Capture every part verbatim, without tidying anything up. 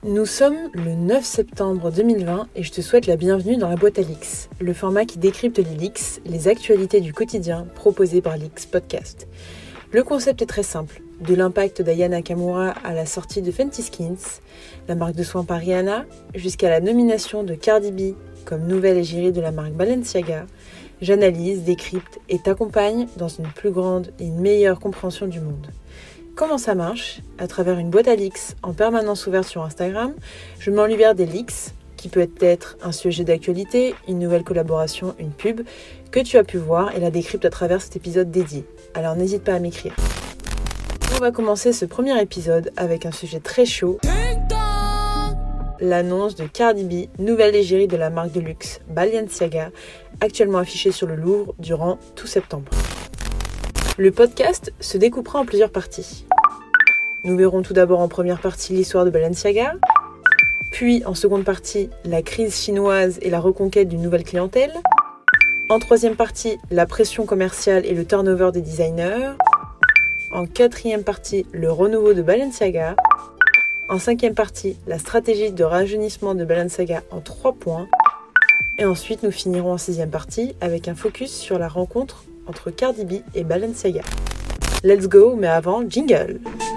Nous sommes le neuf septembre deux mille vingt et je te souhaite la bienvenue dans la boîte à leaks, le format qui décrypte les leaks, les actualités du quotidien proposées par Leaks Podcast. Le concept est très simple, de l'impact d'Aya Nakamura à la sortie de Fenty Skins, la marque de soins par Rihanna, jusqu'à la nomination de Cardi B comme nouvelle égérie de la marque Balenciaga. J'analyse, décrypte et t'accompagne dans une plus grande et une meilleure compréhension du monde. Comment ça marche ? À travers une boîte à leaks en permanence ouverte sur Instagram, je m'en libère des leaks, qui peut être un sujet d'actualité, une nouvelle collaboration, une pub, que tu as pu voir et la décrypte à travers cet épisode dédié. Alors n'hésite pas à m'écrire. On va commencer ce premier épisode avec un sujet très chaud. L'annonce de Cardi B, nouvelle égérie de la marque de luxe Balenciaga, actuellement affichée sur le Louvre durant tout septembre. Le podcast se découpera en plusieurs parties. Nous verrons tout d'abord en première partie l'histoire de Balenciaga, puis en seconde partie la crise chinoise et la reconquête d'une nouvelle clientèle, en troisième partie la pression commerciale et le turnover des designers, en quatrième partie le renouveau de Balenciaga, en cinquième partie la stratégie de rajeunissement de Balenciaga en trois points, et ensuite nous finirons en sixième partie avec un focus sur la rencontre entre Cardi B et Balenciaga. Let's go, mais avant, jingle.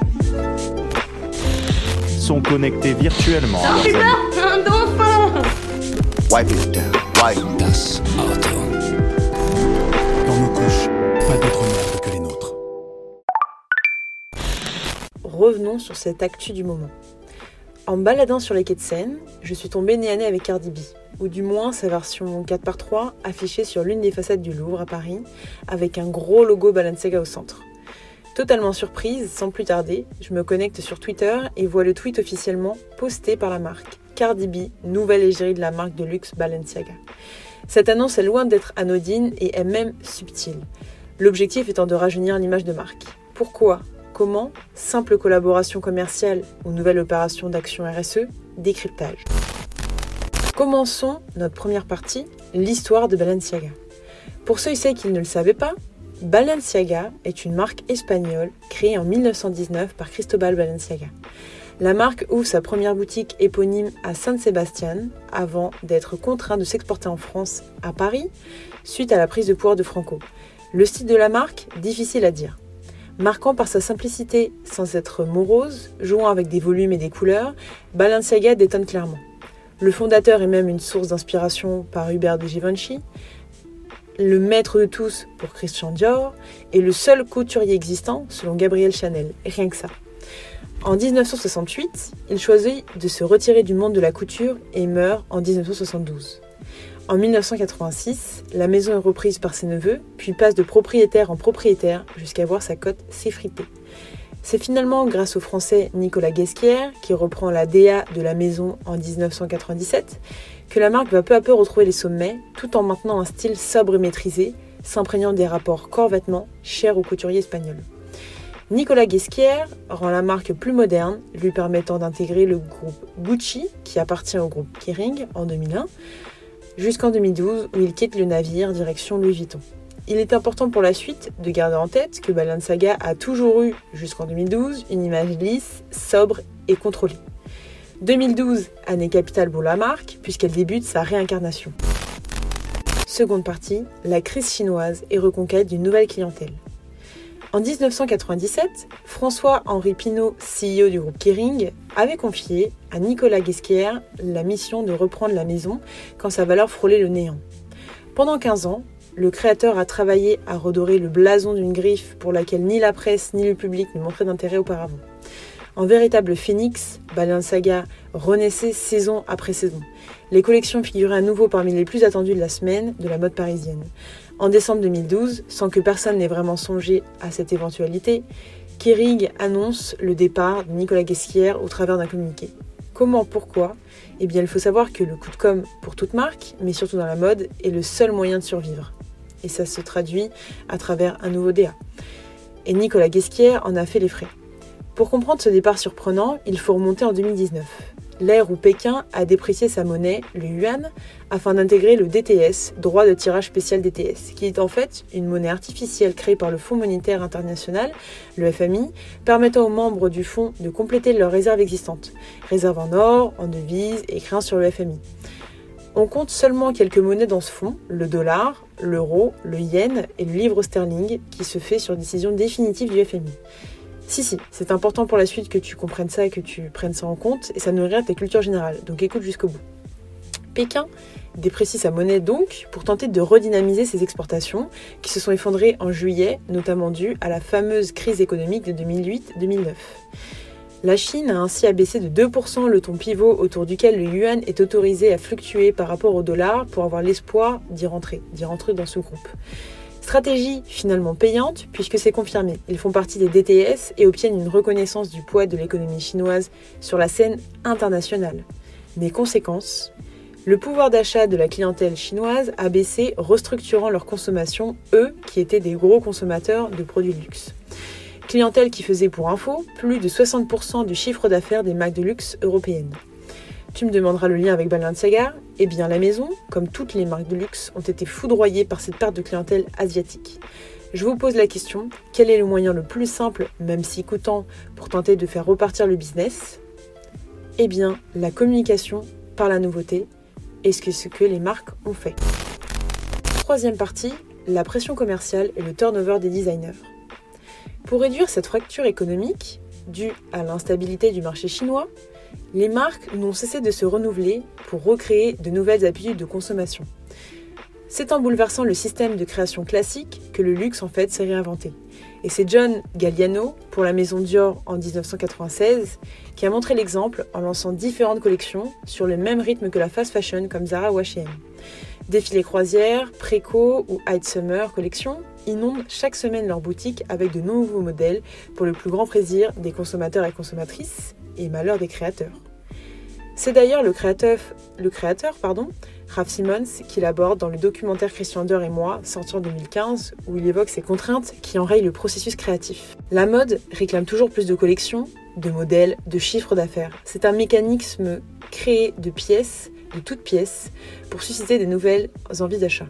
Sont connectés virtuellement. Un super d'enfant. Wipe it down. Wipe das Auto. Dans nos couches, pas d'autre merde que les nôtres. Revenons sur cette actu du moment. En me baladant sur les quais de Seine, je suis tombée nez à nez avec Cardi B, ou du moins sa version quatre par trois affichée sur l'une des façades du Louvre à Paris, avec un gros logo Balenciaga au centre. Totalement surprise, sans plus tarder, je me connecte sur Twitter et vois le tweet officiellement posté par la marque. Cardi B, nouvelle égérie de la marque de luxe Balenciaga. Cette annonce est loin d'être anodine et est même subtile. L'objectif étant de rajeunir l'image de marque. Pourquoi ? Comment ? Simple collaboration commerciale ou nouvelle opération d'action R S E ? Décryptage. Commençons notre première partie, l'histoire de Balenciaga. Pour ceux et celles qui ne le savaient pas, Balenciaga est une marque espagnole créée en mille neuf cent dix-neuf par Cristóbal Balenciaga. La marque ouvre sa première boutique éponyme à San Sebastián avant d'être contraint de s'exporter en France, à Paris, suite à la prise de pouvoir de Franco. Le style de la marque, difficile à dire. Marquant par sa simplicité sans être morose, jouant avec des volumes et des couleurs, Balenciaga détonne clairement. Le fondateur est même une source d'inspiration par Hubert de Givenchy, le maître de tous pour Christian Dior et le seul couturier existant selon Gabriel Chanel, rien que ça. En dix-neuf cent soixante-huit, il choisit de se retirer du monde de la couture et meurt en dix-neuf cent soixante-douze. En mille neuf cent quatre-vingt-six, la maison est reprise par ses neveux, puis passe de propriétaire en propriétaire jusqu'à voir sa cote s'effriter. C'est finalement grâce au français Nicolas Ghesquière, qui reprend la D A de la maison en dix-neuf cent quatre-vingt-dix-sept, que la marque va peu à peu retrouver les sommets, tout en maintenant un style sobre et maîtrisé, s'imprégnant des rapports corps-vêtements chers aux couturiers espagnols. Nicolas Ghesquière rend la marque plus moderne, lui permettant d'intégrer le groupe Gucci, qui appartient au groupe Kering en deux mille un, jusqu'en deux mille douze où il quitte le navire direction Louis Vuitton. Il est important pour la suite de garder en tête que Balenciaga a toujours eu, jusqu'en deux mille douze, une image lisse, sobre et contrôlée. deux mille douze, année capitale pour la marque, puisqu'elle débute sa réincarnation. Seconde partie, la crise chinoise et reconquête d'une nouvelle clientèle. En dix-neuf cent quatre-vingt-dix-sept, François-Henri Pinault, C E O du groupe Kering, avait confié à Nicolas Ghesquière la mission de reprendre la maison quand sa valeur frôlait le néant. Pendant quinze ans, le créateur a travaillé à redorer le blason d'une griffe pour laquelle ni la presse ni le public ne montraient d'intérêt auparavant. En véritable phénix, Balenciaga renaissait saison après saison. Les collections figuraient à nouveau parmi les plus attendues de la semaine de la mode parisienne. En décembre deux mille douze, sans que personne n'ait vraiment songé à cette éventualité, Kering annonce le départ de Nicolas Ghesquière au travers d'un communiqué. Comment ? Pourquoi ? Eh bien, il faut savoir que le coup de com' pour toute marque, mais surtout dans la mode, est le seul moyen de survivre. Et ça se traduit à travers un nouveau D A. Et Nicolas Ghesquière en a fait les frais. Pour comprendre ce départ surprenant, il faut remonter en deux mille dix-neuf. l'ère où Pékin a déprécié sa monnaie, le yuan, afin d'intégrer le D T S, droit de tirage spécial D T S, qui est en fait une monnaie artificielle créée par le Fonds monétaire international, le F M I, permettant aux membres du fonds de compléter leurs réserves existantes, réserves en or, en devises et créances sur le F M I. On compte seulement quelques monnaies dans ce fonds, le dollar, l'euro, le yen et le livre sterling, qui se fait sur décision définitive du F M I. Si, si, c'est important pour la suite que tu comprennes ça et que tu prennes ça en compte, et ça nourrira ta culture générale, donc écoute jusqu'au bout. Pékin déprécie sa monnaie donc pour tenter de redynamiser ses exportations, qui se sont effondrées en juillet, notamment dû à la fameuse crise économique de deux mille huit deux mille neuf. La Chine a ainsi abaissé de deux pour cent le ton pivot autour duquel le yuan est autorisé à fluctuer par rapport au dollar pour avoir l'espoir d'y rentrer, d'y rentrer dans ce groupe. Stratégie finalement payante puisque c'est confirmé. Ils font partie des D T S et obtiennent une reconnaissance du poids de l'économie chinoise sur la scène internationale. Mais conséquence, le pouvoir d'achat de la clientèle chinoise a baissé, restructurant leur consommation, eux qui étaient des gros consommateurs de produits de luxe. Clientèle qui faisait pour info plus de soixante pour cent du chiffre d'affaires des marques de luxe européennes. Tu me demanderas le lien avec Balenciaga. Eh bien la maison, comme toutes les marques de luxe, ont été foudroyées par cette perte de clientèle asiatique. Je vous pose la question, quel est le moyen le plus simple, même si coûtant, pour tenter de faire repartir le business ? Eh bien la communication par la nouveauté, et ce que, ce que les marques ont fait. Troisième partie, la pression commerciale et le turnover des designers. Pour réduire cette fracture économique, due à l'instabilité du marché chinois, les marques n'ont cessé de se renouveler pour recréer de nouvelles habitudes de consommation. C'est en bouleversant le système de création classique que le luxe en fait s'est réinventé. Et c'est John Galliano, pour la maison Dior en dix-neuf cent quatre-vingt-seize, qui a montré l'exemple en lançant différentes collections sur le même rythme que la fast fashion comme Zara ou H et M. Défilés croisières, préco ou high summer collections inondent chaque semaine leur boutique avec de nouveaux modèles pour le plus grand plaisir des consommateurs et consommatrices et malheur des créateurs. C'est d'ailleurs le créateur, le créateur pardon, Raf Simons qui l'aborde dans le documentaire Christian Dior et moi, sorti en deux mille quinze, où il évoque ces contraintes qui enrayent le processus créatif. La mode réclame toujours plus de collections, de modèles, de chiffres d'affaires. C'est un mécanisme créé de pièces, de toutes pièces, pour susciter des nouvelles envies d'achat.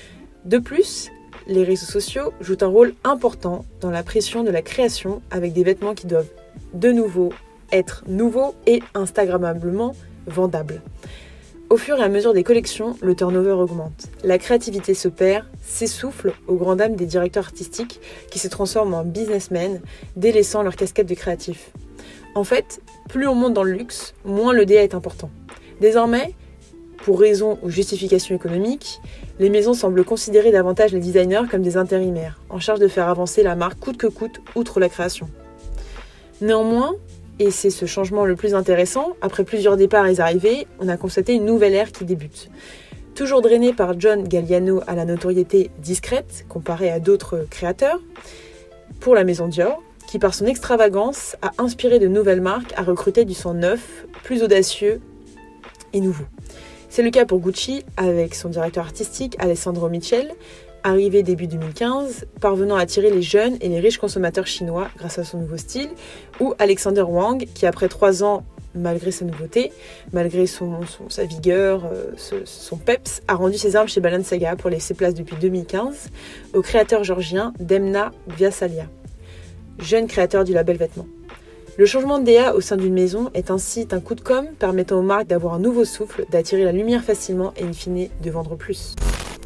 De plus, les réseaux sociaux jouent un rôle important dans la pression de la création avec des vêtements qui doivent de nouveau être nouveaux et instagrammablement vendables. Au fur et à mesure des collections, le turnover augmente. La créativité se perd, s'essouffle aux grandes dames des directeurs artistiques qui se transforment en businessmen, délaissant leur casquette de créatif. En fait, plus on monte dans le luxe, moins le D A est important. Désormais, pour raison ou justification économique, les maisons semblent considérer davantage les designers comme des intérimaires, en charge de faire avancer la marque coûte que coûte, outre la création. Néanmoins, et c'est ce changement le plus intéressant, après plusieurs départs et arrivées, on a constaté une nouvelle ère qui débute. Toujours drainé par John Galliano à la notoriété discrète, comparée à d'autres créateurs, pour la maison Dior, qui par son extravagance a inspiré de nouvelles marques à recruter du sang neuf, plus audacieux et nouveau. C'est le cas pour Gucci avec son directeur artistique Alessandro Michele, arrivé début deux mille quinze, parvenant à attirer les jeunes et les riches consommateurs chinois grâce à son nouveau style, ou Alexander Wang qui après trois ans, malgré sa nouveauté, malgré son, son, sa vigueur, euh, son peps, a rendu ses armes chez Balenciaga pour laisser place depuis deux mille quinze au créateur georgien Demna Gvasalia, jeune créateur du label vêtements. Le changement de D A au sein d'une maison est ainsi un coup de com' permettant aux marques d'avoir un nouveau souffle, d'attirer la lumière facilement et in fine de vendre plus.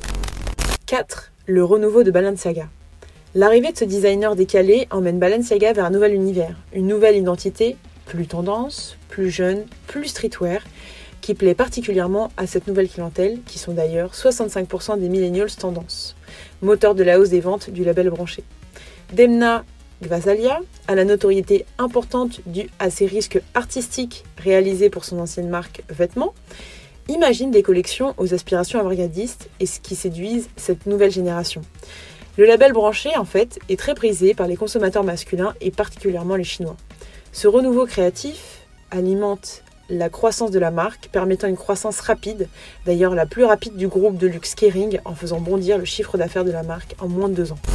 quatre. Le renouveau de Balenciaga. L'arrivée de ce designer décalé emmène Balenciaga vers un nouvel univers, une nouvelle identité, plus tendance, plus jeune, plus streetwear, qui plaît particulièrement à cette nouvelle clientèle, qui sont d'ailleurs soixante-cinq pour cent des millennials tendance, moteur de la hausse des ventes du label branché. Demna Gvasalia a la notoriété importante due à ses risques artistiques réalisés pour son ancienne marque Vêtements, imagine des collections aux aspirations avant-gardistes et ce qui séduisent cette nouvelle génération. Le label branché, en fait, est très prisé par les consommateurs masculins et particulièrement les Chinois. Ce renouveau créatif alimente la croissance de la marque, permettant une croissance rapide, d'ailleurs la plus rapide du groupe de luxe Kering, en faisant bondir le chiffre d'affaires de la marque en moins de deux ans.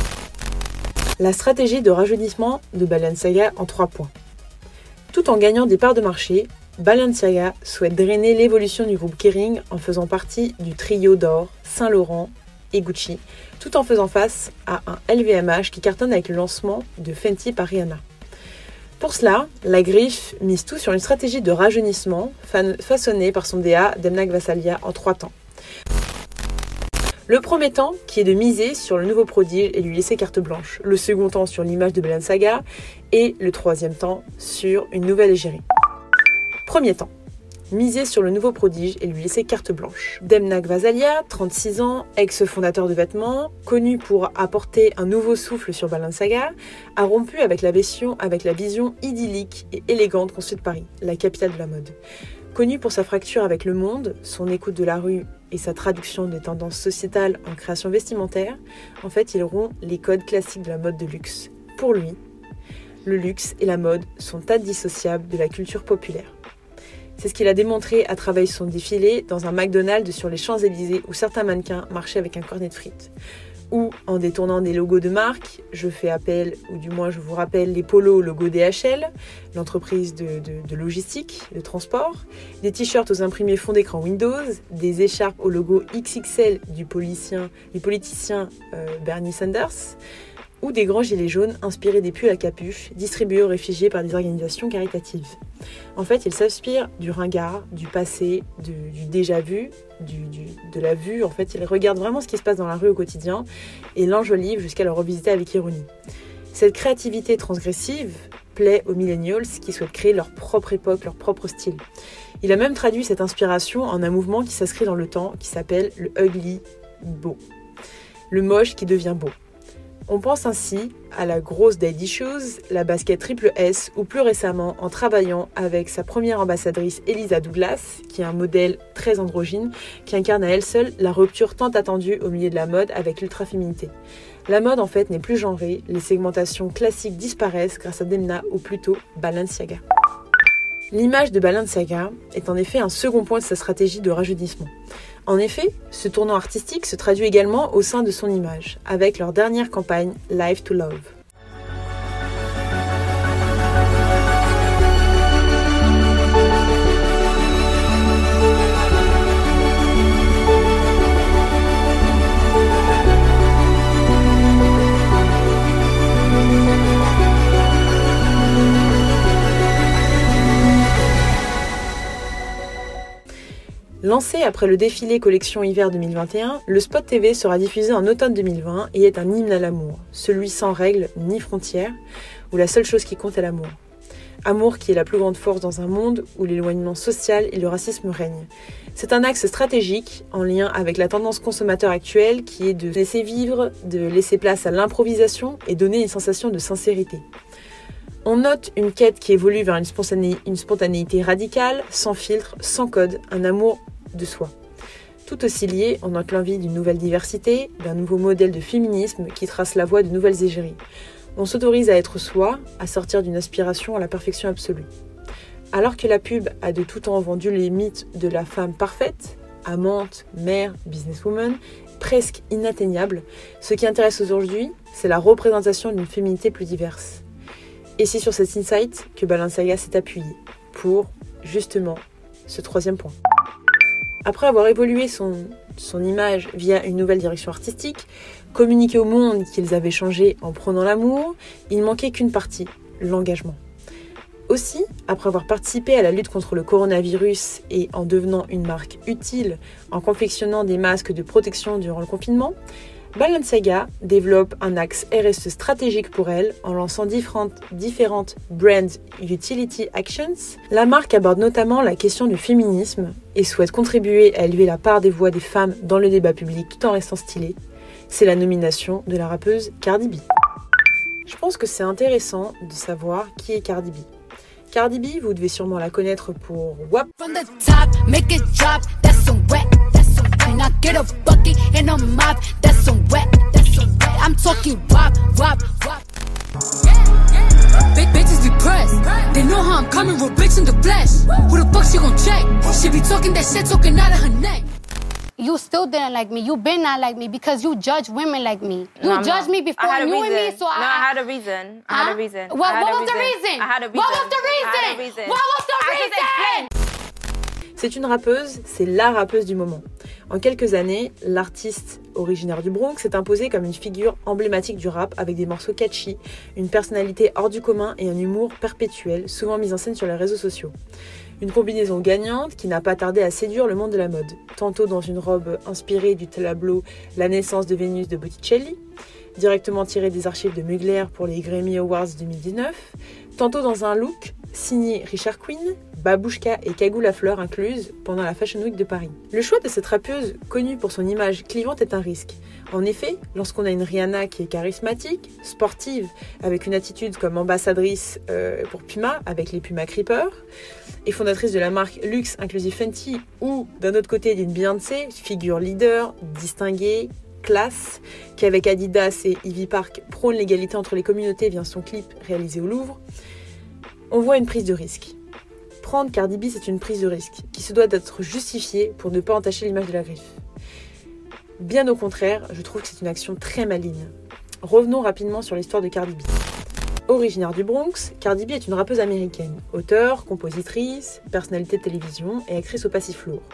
La stratégie de rajeunissement de Balenciaga en trois points. Tout en gagnant des parts de marché, Balenciaga souhaite drainer l'évolution du groupe Kering en faisant partie du trio d'or Saint Laurent et Gucci, tout en faisant face à un L V M H qui cartonne avec le lancement de Fenty par Rihanna. Pour cela, la griffe mise tout sur une stratégie de rajeunissement façonnée par son D A Demna Gvasalia en trois temps. Le premier temps qui est de miser sur le nouveau prodige et lui laisser carte blanche, le second temps sur l'image de Balenciaga et le troisième temps sur une nouvelle égérie. Premier temps, miser sur le nouveau prodige et lui laisser carte blanche. Demna Gvasalia, trente-six ans, ex-fondateur de vêtements, connu pour apporter un nouveau souffle sur Balenciaga, a rompu avec la vision, avec la vision idyllique et élégante construite de Paris, la capitale de la mode. Connu pour sa fracture avec le monde, son écoute de la rue et sa traduction des tendances sociétales en création vestimentaire, en fait, il rompt les codes classiques de la mode de luxe. Pour lui, le luxe et la mode sont indissociables de la culture populaire. C'est ce qu'il a démontré à travers son défilé dans un McDonald's sur les Champs-Élysées où certains mannequins marchaient avec un cornet de frites. Ou en détournant des logos de marque, je fais appel, ou du moins je vous rappelle, les polos au logo D H L, l'entreprise de, de, de logistique, de transport, des t-shirts aux imprimés fond d'écran Windows, des écharpes au logo X X L du, policien, du politicien euh, Bernie Sanders, ou des grands gilets jaunes inspirés des pulls à capuche distribués aux réfugiés par des organisations caritatives. En fait, il s'inspire du ringard, du passé, du, du déjà-vu, du, du, de la vue. En fait, il regarde vraiment ce qui se passe dans la rue au quotidien et l'enjolive jusqu'à le revisiter avec ironie. Cette créativité transgressive plaît aux millennials qui souhaitent créer leur propre époque, leur propre style. Il a même traduit cette inspiration en un mouvement qui s'inscrit dans le temps, qui s'appelle le ugly beau, le moche qui devient beau. On pense ainsi à la grosse Daddy Shoes, la basket triple S ou plus récemment en travaillant avec sa première ambassadrice Elisa Douglas, qui est un modèle très androgyne, qui incarne à elle seule la rupture tant attendue au milieu de la mode avec l'ultra-féminité. La mode en fait n'est plus genrée, les segmentations classiques disparaissent grâce à Demna ou plutôt Balenciaga. L'image de Balenciaga est en effet un second point de sa stratégie de rajeunissement. En effet, ce tournant artistique se traduit également au sein de son image, avec leur dernière campagne Live to Love. Lancé après le défilé collection hiver deux mille vingt et un, le spot T V sera diffusé en automne deux mille vingt et est un hymne à l'amour, celui sans règles ni frontières, où la seule chose qui compte est l'amour. Amour qui est la plus grande force dans un monde où l'éloignement social et le racisme règnent. C'est un axe stratégique en lien avec la tendance consommateur actuelle qui est de laisser vivre, de laisser place à l'improvisation et donner une sensation de sincérité. On note une quête qui évolue vers une, spontané- une spontanéité radicale, sans filtre, sans code, un amour de soi. Tout aussi lié, on note l'envie d'une nouvelle diversité, d'un nouveau modèle de féminisme qui trace la voie de nouvelles égéries. On s'autorise à être soi, à sortir d'une aspiration à la perfection absolue. Alors que la pub a de tout temps vendu les mythes de la femme parfaite, amante, mère, businesswoman, presque inatteignable, ce qui intéresse aujourd'hui, c'est la représentation d'une féminité plus diverse. Et c'est sur cet insight que Balenciaga s'est appuyé pour, justement, ce troisième point. Après avoir évolué son, son image via une nouvelle direction artistique, communiqué au monde qu'ils avaient changé en prônant l'amour, il ne manquait qu'une partie, l'engagement. Aussi, après avoir participé à la lutte contre le coronavirus et en devenant une marque utile en confectionnant des masques de protection durant le confinement, Balenciaga développe un axe R S E stratégique pour elle en lançant différentes, différentes Brand Utility Actions. La marque aborde notamment la question du féminisme et souhaite contribuer à élever la part des voix des femmes dans le débat public tout en restant stylée. C'est la nomination de la rappeuse Cardi B. Je pense que c'est intéressant de savoir qui est Cardi B. Cardi B, vous devez sûrement la connaître pour W A P. From the top, make it drop, that's some wet, that's some wet. I get a bucket and a mop, that's some wet, that's some wet. I'm talking wop, wop, wop. Big bitches be pressed, they know how I'm coming, real bitch in the flesh. Who the fuck she gon' check? She be talking that shit, talking out of her neck. You still didn't like me. You been not like me because you judge women like me. You No, I'm judged not. me before I had a you reason. and me, so no, I... I had a reason. I had Huh? a reason. What, I had what a was the reason? I had a reason. What was the I reason? had a reason. What was the I just reason? explained. C'est une rappeuse, c'est la rappeuse du moment. En quelques années, l'artiste originaire du Bronx s'est imposée comme une figure emblématique du rap avec des morceaux catchy, une personnalité hors du commun et un humour perpétuel, souvent mis en scène sur les réseaux sociaux. Une combinaison gagnante qui n'a pas tardé à séduire le monde de la mode, tantôt dans une robe inspirée du tableau La naissance de Vénus de Botticelli, directement tirée des archives de Mugler pour les Grammy Awards deux mille dix-neuf, tantôt dans un look signé Richard Quinn, babouchka et cagoule à fleurs incluses pendant la Fashion Week de Paris. Le choix de cette rappeuse, connue pour son image clivante, est un risque. En effet, lorsqu'on a une Rihanna qui est charismatique, sportive, avec une attitude comme ambassadrice euh, pour Puma, avec les Puma Creepers, et fondatrice de la marque luxe inclusive Fenty, ou d'un autre côté d'une Beyoncé, figure leader, distinguée, classe, qui avec Adidas et Ivy Park prône l'égalité entre les communautés via son clip réalisé au Louvre, on voit une prise de risque. Prendre Cardi B, c'est une prise de risque qui se doit d'être justifiée pour ne pas entacher l'image de la griffe. Bien au contraire, je trouve que c'est une action très maligne. Revenons rapidement sur l'histoire de Cardi B. Originaire du Bronx, Cardi B est une rappeuse américaine, auteure, compositrice, personnalité de télévision et actrice au passif lourd.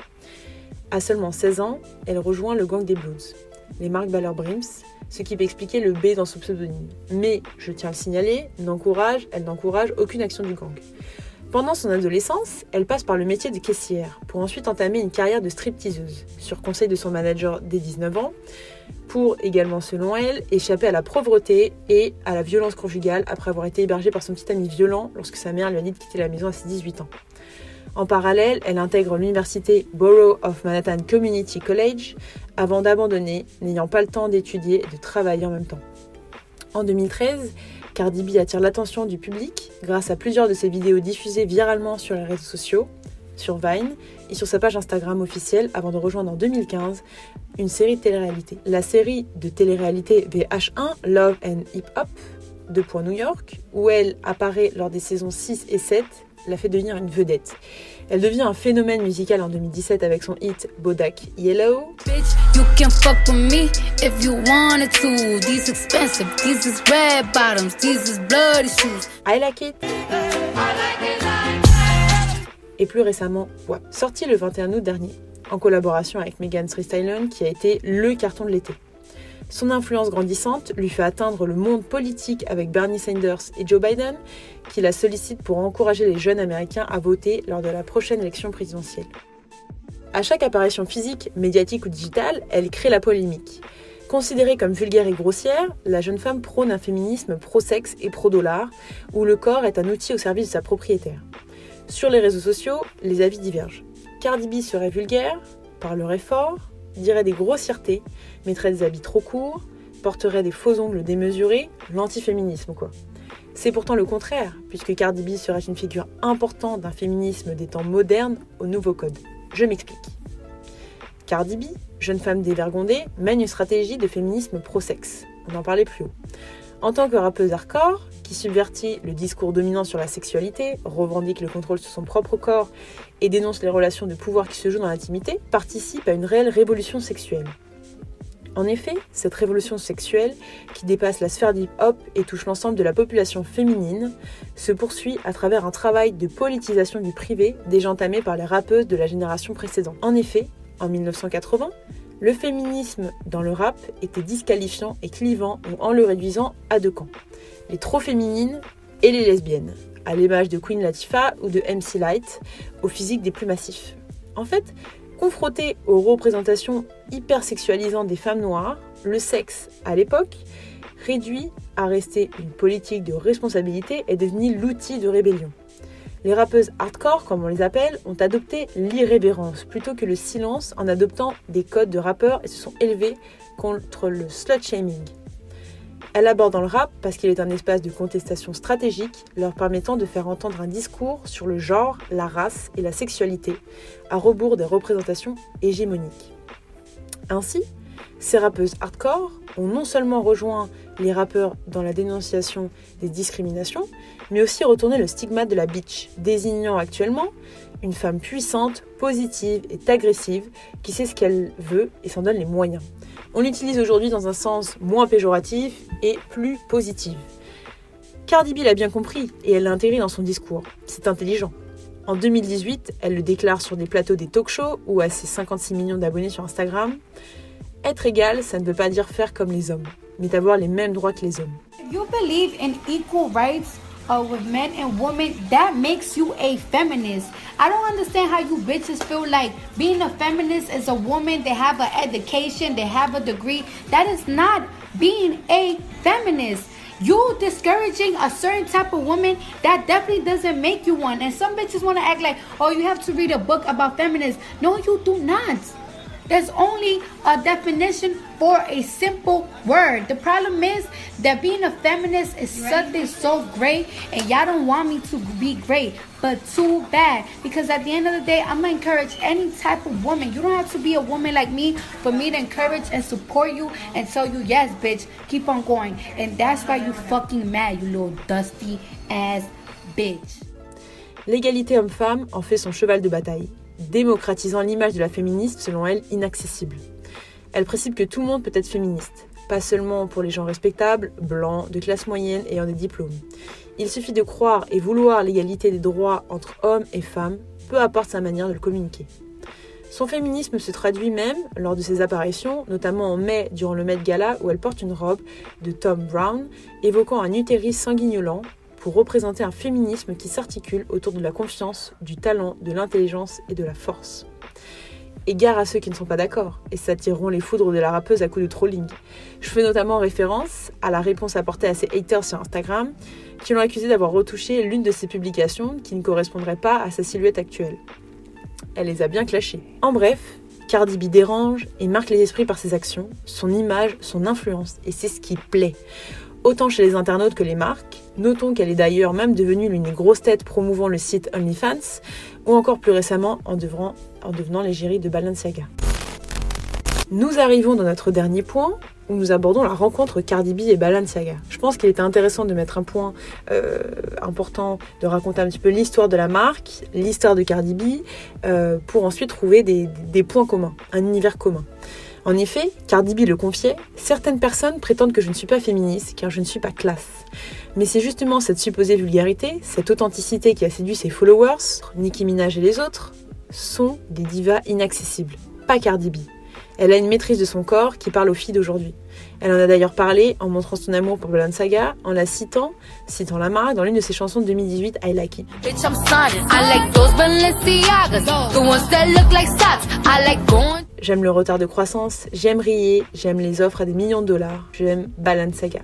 À seulement seize ans, elle rejoint le gang des Bloods, les Mark Baller Brims, ce qui peut expliquer le B dans son pseudonyme. Mais, je tiens à le signaler, n'encourage, elle n'encourage aucune action du gang. Pendant son adolescence, elle passe par le métier de caissière, pour ensuite entamer une carrière de stripteaseuse, sur conseil de son manager dès dix-neuf ans, pour également, selon elle, échapper à la pauvreté et à la violence conjugale après avoir été hébergée par son petit ami violent lorsque sa mère lui a dit de quitter la maison à ses dix-huit ans. En parallèle, elle intègre l'université Borough of Manhattan Community College avant d'abandonner, n'ayant pas le temps d'étudier et de travailler en même temps. En deux mille treize, Cardi B attire l'attention du public grâce à plusieurs de ses vidéos diffusées viralement sur les réseaux sociaux, sur Vine et sur sa page Instagram officielle avant de rejoindre en deux mille quinze une série de télé-réalité. La série de télé-réalité V H un, Love and Hip Hop, de New York, où elle apparaît lors des saisons six et sept, l'a fait devenir une vedette. Elle devient un phénomène musical en deux mille dix-sept avec son hit Bodak Yellow. Bitch, you can fuck with me if you wanted to. These expensive, these is red bottoms, these is bloody shoes. I Like It. Et plus récemment, W A P, sorti le vingt et un août dernier, en collaboration avec Megan Thee Stallion, qui a été le carton de l'été. Son influence grandissante lui fait atteindre le monde politique avec Bernie Sanders et Joe Biden, qui la sollicitent pour encourager les jeunes américains à voter lors de la prochaine élection présidentielle. À chaque apparition physique, médiatique ou digitale, elle crée la polémique. Considérée comme vulgaire et grossière, la jeune femme prône un féminisme pro-sexe et pro-dollar, où le corps est un outil au service de sa propriétaire. Sur les réseaux sociaux, les avis divergent. Cardi B serait vulgaire, parlerait fort, dirait des grossièretés, mettrait des habits trop courts, porterait des faux ongles démesurés, l'antiféminisme quoi. C'est pourtant le contraire, puisque Cardi B serait une figure importante d'un féminisme des temps modernes au nouveau code. Je m'explique. Cardi B, jeune femme dévergondée, mène une stratégie de féminisme pro-sexe. On en parlait plus haut. En tant que rappeuse hardcore, qui subvertit le discours dominant sur la sexualité, revendique le contrôle sur son propre corps et dénonce les relations de pouvoir qui se jouent dans l'intimité, participe à une réelle révolution sexuelle. En effet, cette révolution sexuelle, qui dépasse la sphère du hip-hop et touche l'ensemble de la population féminine, se poursuit à travers un travail de politisation du privé déjà entamé par les rappeuses de la génération précédente. En effet, en mille neuf cent quatre-vingts, le féminisme dans le rap était disqualifiant et clivant ou en le réduisant à deux camps. Les trop féminines et les lesbiennes, à l'image de Queen Latifah ou de M C Lyte, au physique des plus massifs. En fait, confronté aux représentations hypersexualisantes des femmes noires, le sexe, à l'époque, réduit à rester une politique de responsabilité est devenu l'outil de rébellion. Les rappeuses hardcore, comme on les appelle, ont adopté l'irrévérence plutôt que le silence en adoptant des codes de rappeurs et se sont élevées contre le slut-shaming. Elles abordent dans le rap parce qu'il est un espace de contestation stratégique leur permettant de faire entendre un discours sur le genre, la race et la sexualité, à rebours des représentations hégémoniques. Ainsi, ces rappeuses hardcore ont non seulement rejoint les rappeurs dans la dénonciation des discriminations, mais aussi retourné le stigmate de la bitch, désignant actuellement une femme puissante, positive et agressive, qui sait ce qu'elle veut et s'en donne les moyens. On l'utilise aujourd'hui dans un sens moins péjoratif et plus positif. Cardi B l'a bien compris et elle l'a intégré dans son discours. C'est intelligent. En deux mille dix-huit, elle le déclare sur des plateaux des talk-shows ou à ses cinquante-six millions d'abonnés sur Instagram. Être égal, ça ne veut pas dire faire comme les hommes, mais avoir les mêmes droits que les hommes. You believe in equal rights uh, with men and women, that makes you a feminist. I don't understand how you bitches feel like being a feminist is a woman, they have an education, they have a degree. That is not being a feminist. You discouraging a certain type of woman, that definitely doesn't make you one. And some bitches want to act like, oh, you have to read a book about feminism. No, you do not. There's only a definition for a simple word. The problem is that being a feminist is something so great and y'all don't want me to be great, but too bad. Because at the end of the day, I'm going to encourage any type of woman. You don't have to be a woman like me for me to encourage and support you and tell you, yes, bitch, keep on going. And that's why you fucking mad, you little dusty ass bitch. L'égalité homme-femme en fait son cheval de bataille, démocratisant l'image de la féministe selon elle inaccessible. Elle précise que tout le monde peut être féministe, pas seulement pour les gens respectables, blancs, de classe moyenne ayant des diplômes. Il suffit de croire et vouloir l'égalité des droits entre hommes et femmes, peu importe sa manière de le communiquer. Son féminisme se traduit même lors de ses apparitions, notamment en mai durant le Met Gala où elle porte une robe de Thom Browne évoquant un utérus sanguignolant pour représenter un féminisme qui s'articule autour de la confiance, du talent, de l'intelligence et de la force. Égard à ceux qui ne sont pas d'accord et s'attireront les foudres de la rappeuse à coups de trolling. Je fais notamment référence à la réponse apportée à ses haters sur Instagram qui l'ont accusée d'avoir retouché l'une de ses publications qui ne correspondrait pas à sa silhouette actuelle. Elle les a bien clashés. En bref, Cardi B dérange et marque les esprits par ses actions, son image, son influence, et c'est ce qui plaît. Autant chez les internautes que les marques. Notons qu'elle est d'ailleurs même devenue l'une des grosses têtes promouvant le site OnlyFans, ou encore plus récemment en devenant, en devenant l'égérie de Balenciaga. Nous arrivons dans notre dernier point, où nous abordons la rencontre Cardi B et Balenciaga. Je pense qu'il était intéressant de mettre un point euh, important, de raconter un petit peu l'histoire de la marque, l'histoire de Cardi B, euh, pour ensuite trouver des, des points communs, un univers commun. En effet, Cardi B le confiait, certaines personnes prétendent que je ne suis pas féministe car je ne suis pas classe. Mais c'est justement cette supposée vulgarité, cette authenticité qui a séduit ses followers, Nicki Minaj et les autres, sont des divas inaccessibles. Pas Cardi B. Elle a une maîtrise de son corps qui parle aux filles d'aujourd'hui. Elle en a d'ailleurs parlé en montrant son amour pour Balenciaga, en la citant, citant la marque dans l'une de ses chansons de deux mille dix-huit, I Like It. J'aime le retard de croissance, j'aime rire, j'aime les offres à des millions de dollars, j'aime Balenciaga.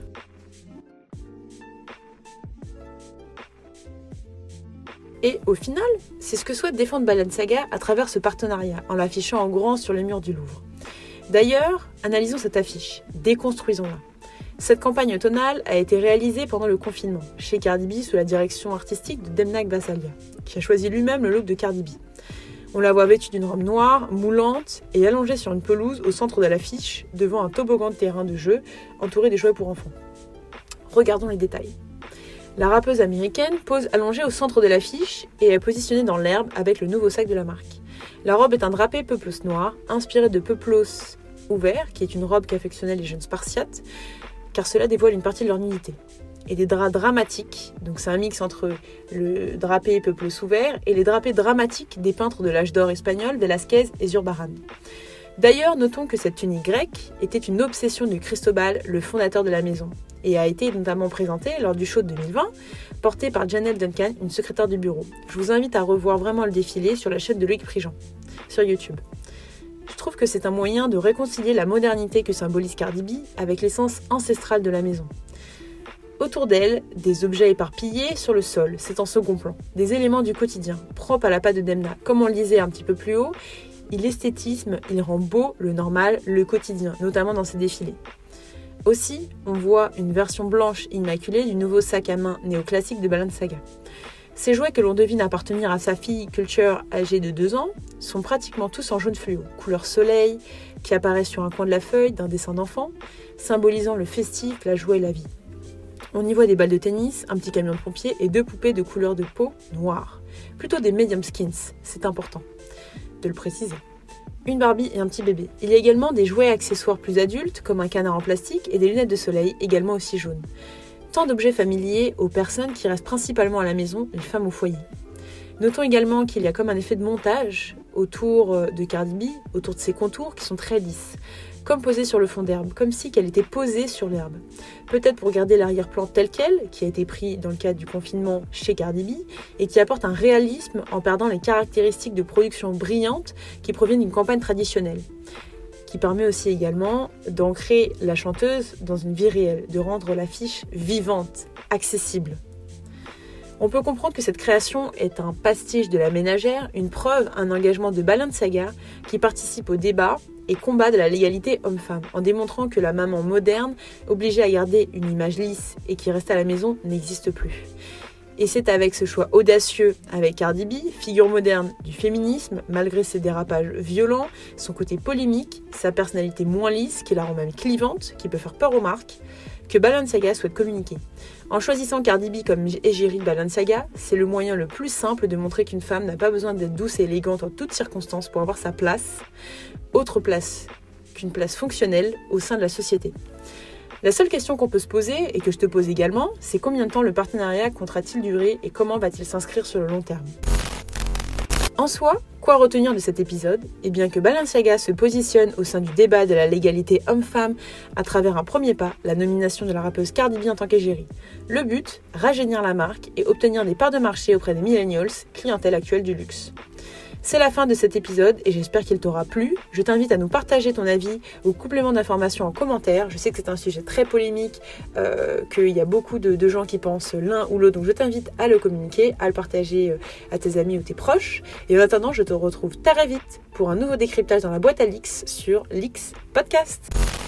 Et au final, c'est ce que souhaite défendre Balenciaga à travers ce partenariat, en l'affichant en grand sur les murs du Louvre. D'ailleurs, analysons cette affiche, déconstruisons-la. Cette campagne automnale a été réalisée pendant le confinement, chez Cardi B sous la direction artistique de Demna Gvasalia, qui a choisi lui-même le look de Cardi B. On la voit vêtue d'une robe noire, moulante et allongée sur une pelouse au centre de l'affiche, devant un toboggan de terrain de jeu entouré de jouets pour enfants. Regardons les détails. La rappeuse américaine pose allongée au centre de l'affiche et est positionnée dans l'herbe avec le nouveau sac de la marque. La robe est un drapé peplos noir, inspiré de peplos ouvert, qui est une robe qu'affectionnaient les jeunes spartiates, car cela dévoile une partie de leur nudité. Et des draps dramatiques, donc c'est un mix entre le drapé peplos ouvert et les drapés dramatiques des peintres de l'âge d'or espagnol, Velázquez et Zurbarán. D'ailleurs, notons que cette tunique grecque était une obsession de Cristobal, le fondateur de la maison, et a été notamment présentée lors du show de deux mille vingt, portée par Janelle Duncan, une secrétaire du bureau. Je vous invite à revoir vraiment le défilé sur la chaîne de Loïc Prigent, sur YouTube. Je trouve que c'est un moyen de réconcilier la modernité que symbolise Cardi B avec l'essence ancestrale de la maison. Autour d'elle, des objets éparpillés sur le sol, c'est en second plan. Des éléments du quotidien, propres à la patte de Demna. Comme on le disait un petit peu plus haut, l'esthétisme, il rend beau le normal, le quotidien, notamment dans ses défilés. Aussi, on voit une version blanche immaculée du nouveau sac à main néoclassique de Balenciaga. Ces jouets que l'on devine appartenir à sa fille Culture âgée de deux ans sont pratiquement tous en jaune fluo, couleur soleil, qui apparaît sur un coin de la feuille d'un dessin d'enfant, symbolisant le festif, la joie et la vie. On y voit des balles de tennis, un petit camion de pompiers et deux poupées de couleur de peau noire. plutôt des medium skins, c'est important de le préciser. Une Barbie et un petit bébé. Il y a également des jouets accessoires plus adultes, comme un canard en plastique et des lunettes de soleil, également aussi jaunes. Tant d'objets familiers aux personnes qui restent principalement à la maison, les femmes au foyer. Notons également qu'il y a comme un effet de montage autour de Cardi B, autour de ses contours qui sont très lisses, comme posés sur le fond d'herbe, comme si qu'elle était posée sur l'herbe. Peut-être pour garder l'arrière-plan tel quel, qui a été pris dans le cadre du confinement chez Cardi B, et qui apporte un réalisme en perdant les caractéristiques de production brillantes qui proviennent d'une campagne traditionnelle, qui permet aussi également d'ancrer la chanteuse dans une vie réelle, de rendre l'affiche vivante, accessible. On peut comprendre que cette création est un pastiche de la ménagère, une preuve, un engagement de Balenciaga qui participe au débat et combat de la légalité homme-femme, en démontrant que la maman moderne, obligée à garder une image lisse et qui reste à la maison, n'existe plus. Et c'est avec ce choix audacieux avec Cardi B, figure moderne du féminisme, malgré ses dérapages violents, son côté polémique, sa personnalité moins lisse, qui la rend même clivante, qui peut faire peur aux marques, que Balenciaga souhaite communiquer. En choisissant Cardi B comme égérie de Balenciaga, c'est le moyen le plus simple de montrer qu'une femme n'a pas besoin d'être douce et élégante en toutes circonstances pour avoir sa place, autre place qu'une place fonctionnelle au sein de la société. La seule question qu'on peut se poser, et que je te pose également, c'est combien de temps le partenariat comptera-t-il durer et comment va-t-il s'inscrire sur le long terme ? En soi, quoi retenir de cet épisode ? Eh bien que Balenciaga se positionne au sein du débat de la légalité homme-femme à travers un premier pas, la nomination de la rappeuse Cardi B en tant qu'égérie. Le but, rajeunir la marque et obtenir des parts de marché auprès des millennials, clientèle actuelle du luxe. C'est la fin de cet épisode et j'espère qu'il t'aura plu. Je t'invite à nous partager ton avis ou complément d'informations en commentaire. Je sais que c'est un sujet très polémique, euh, qu'il y a beaucoup de, de gens qui pensent l'un ou l'autre. Donc je t'invite à le communiquer, à le partager euh, à tes amis ou tes proches. Et en attendant, je te retrouve très vite pour un nouveau décryptage dans la boîte à Lix sur Lix Podcast.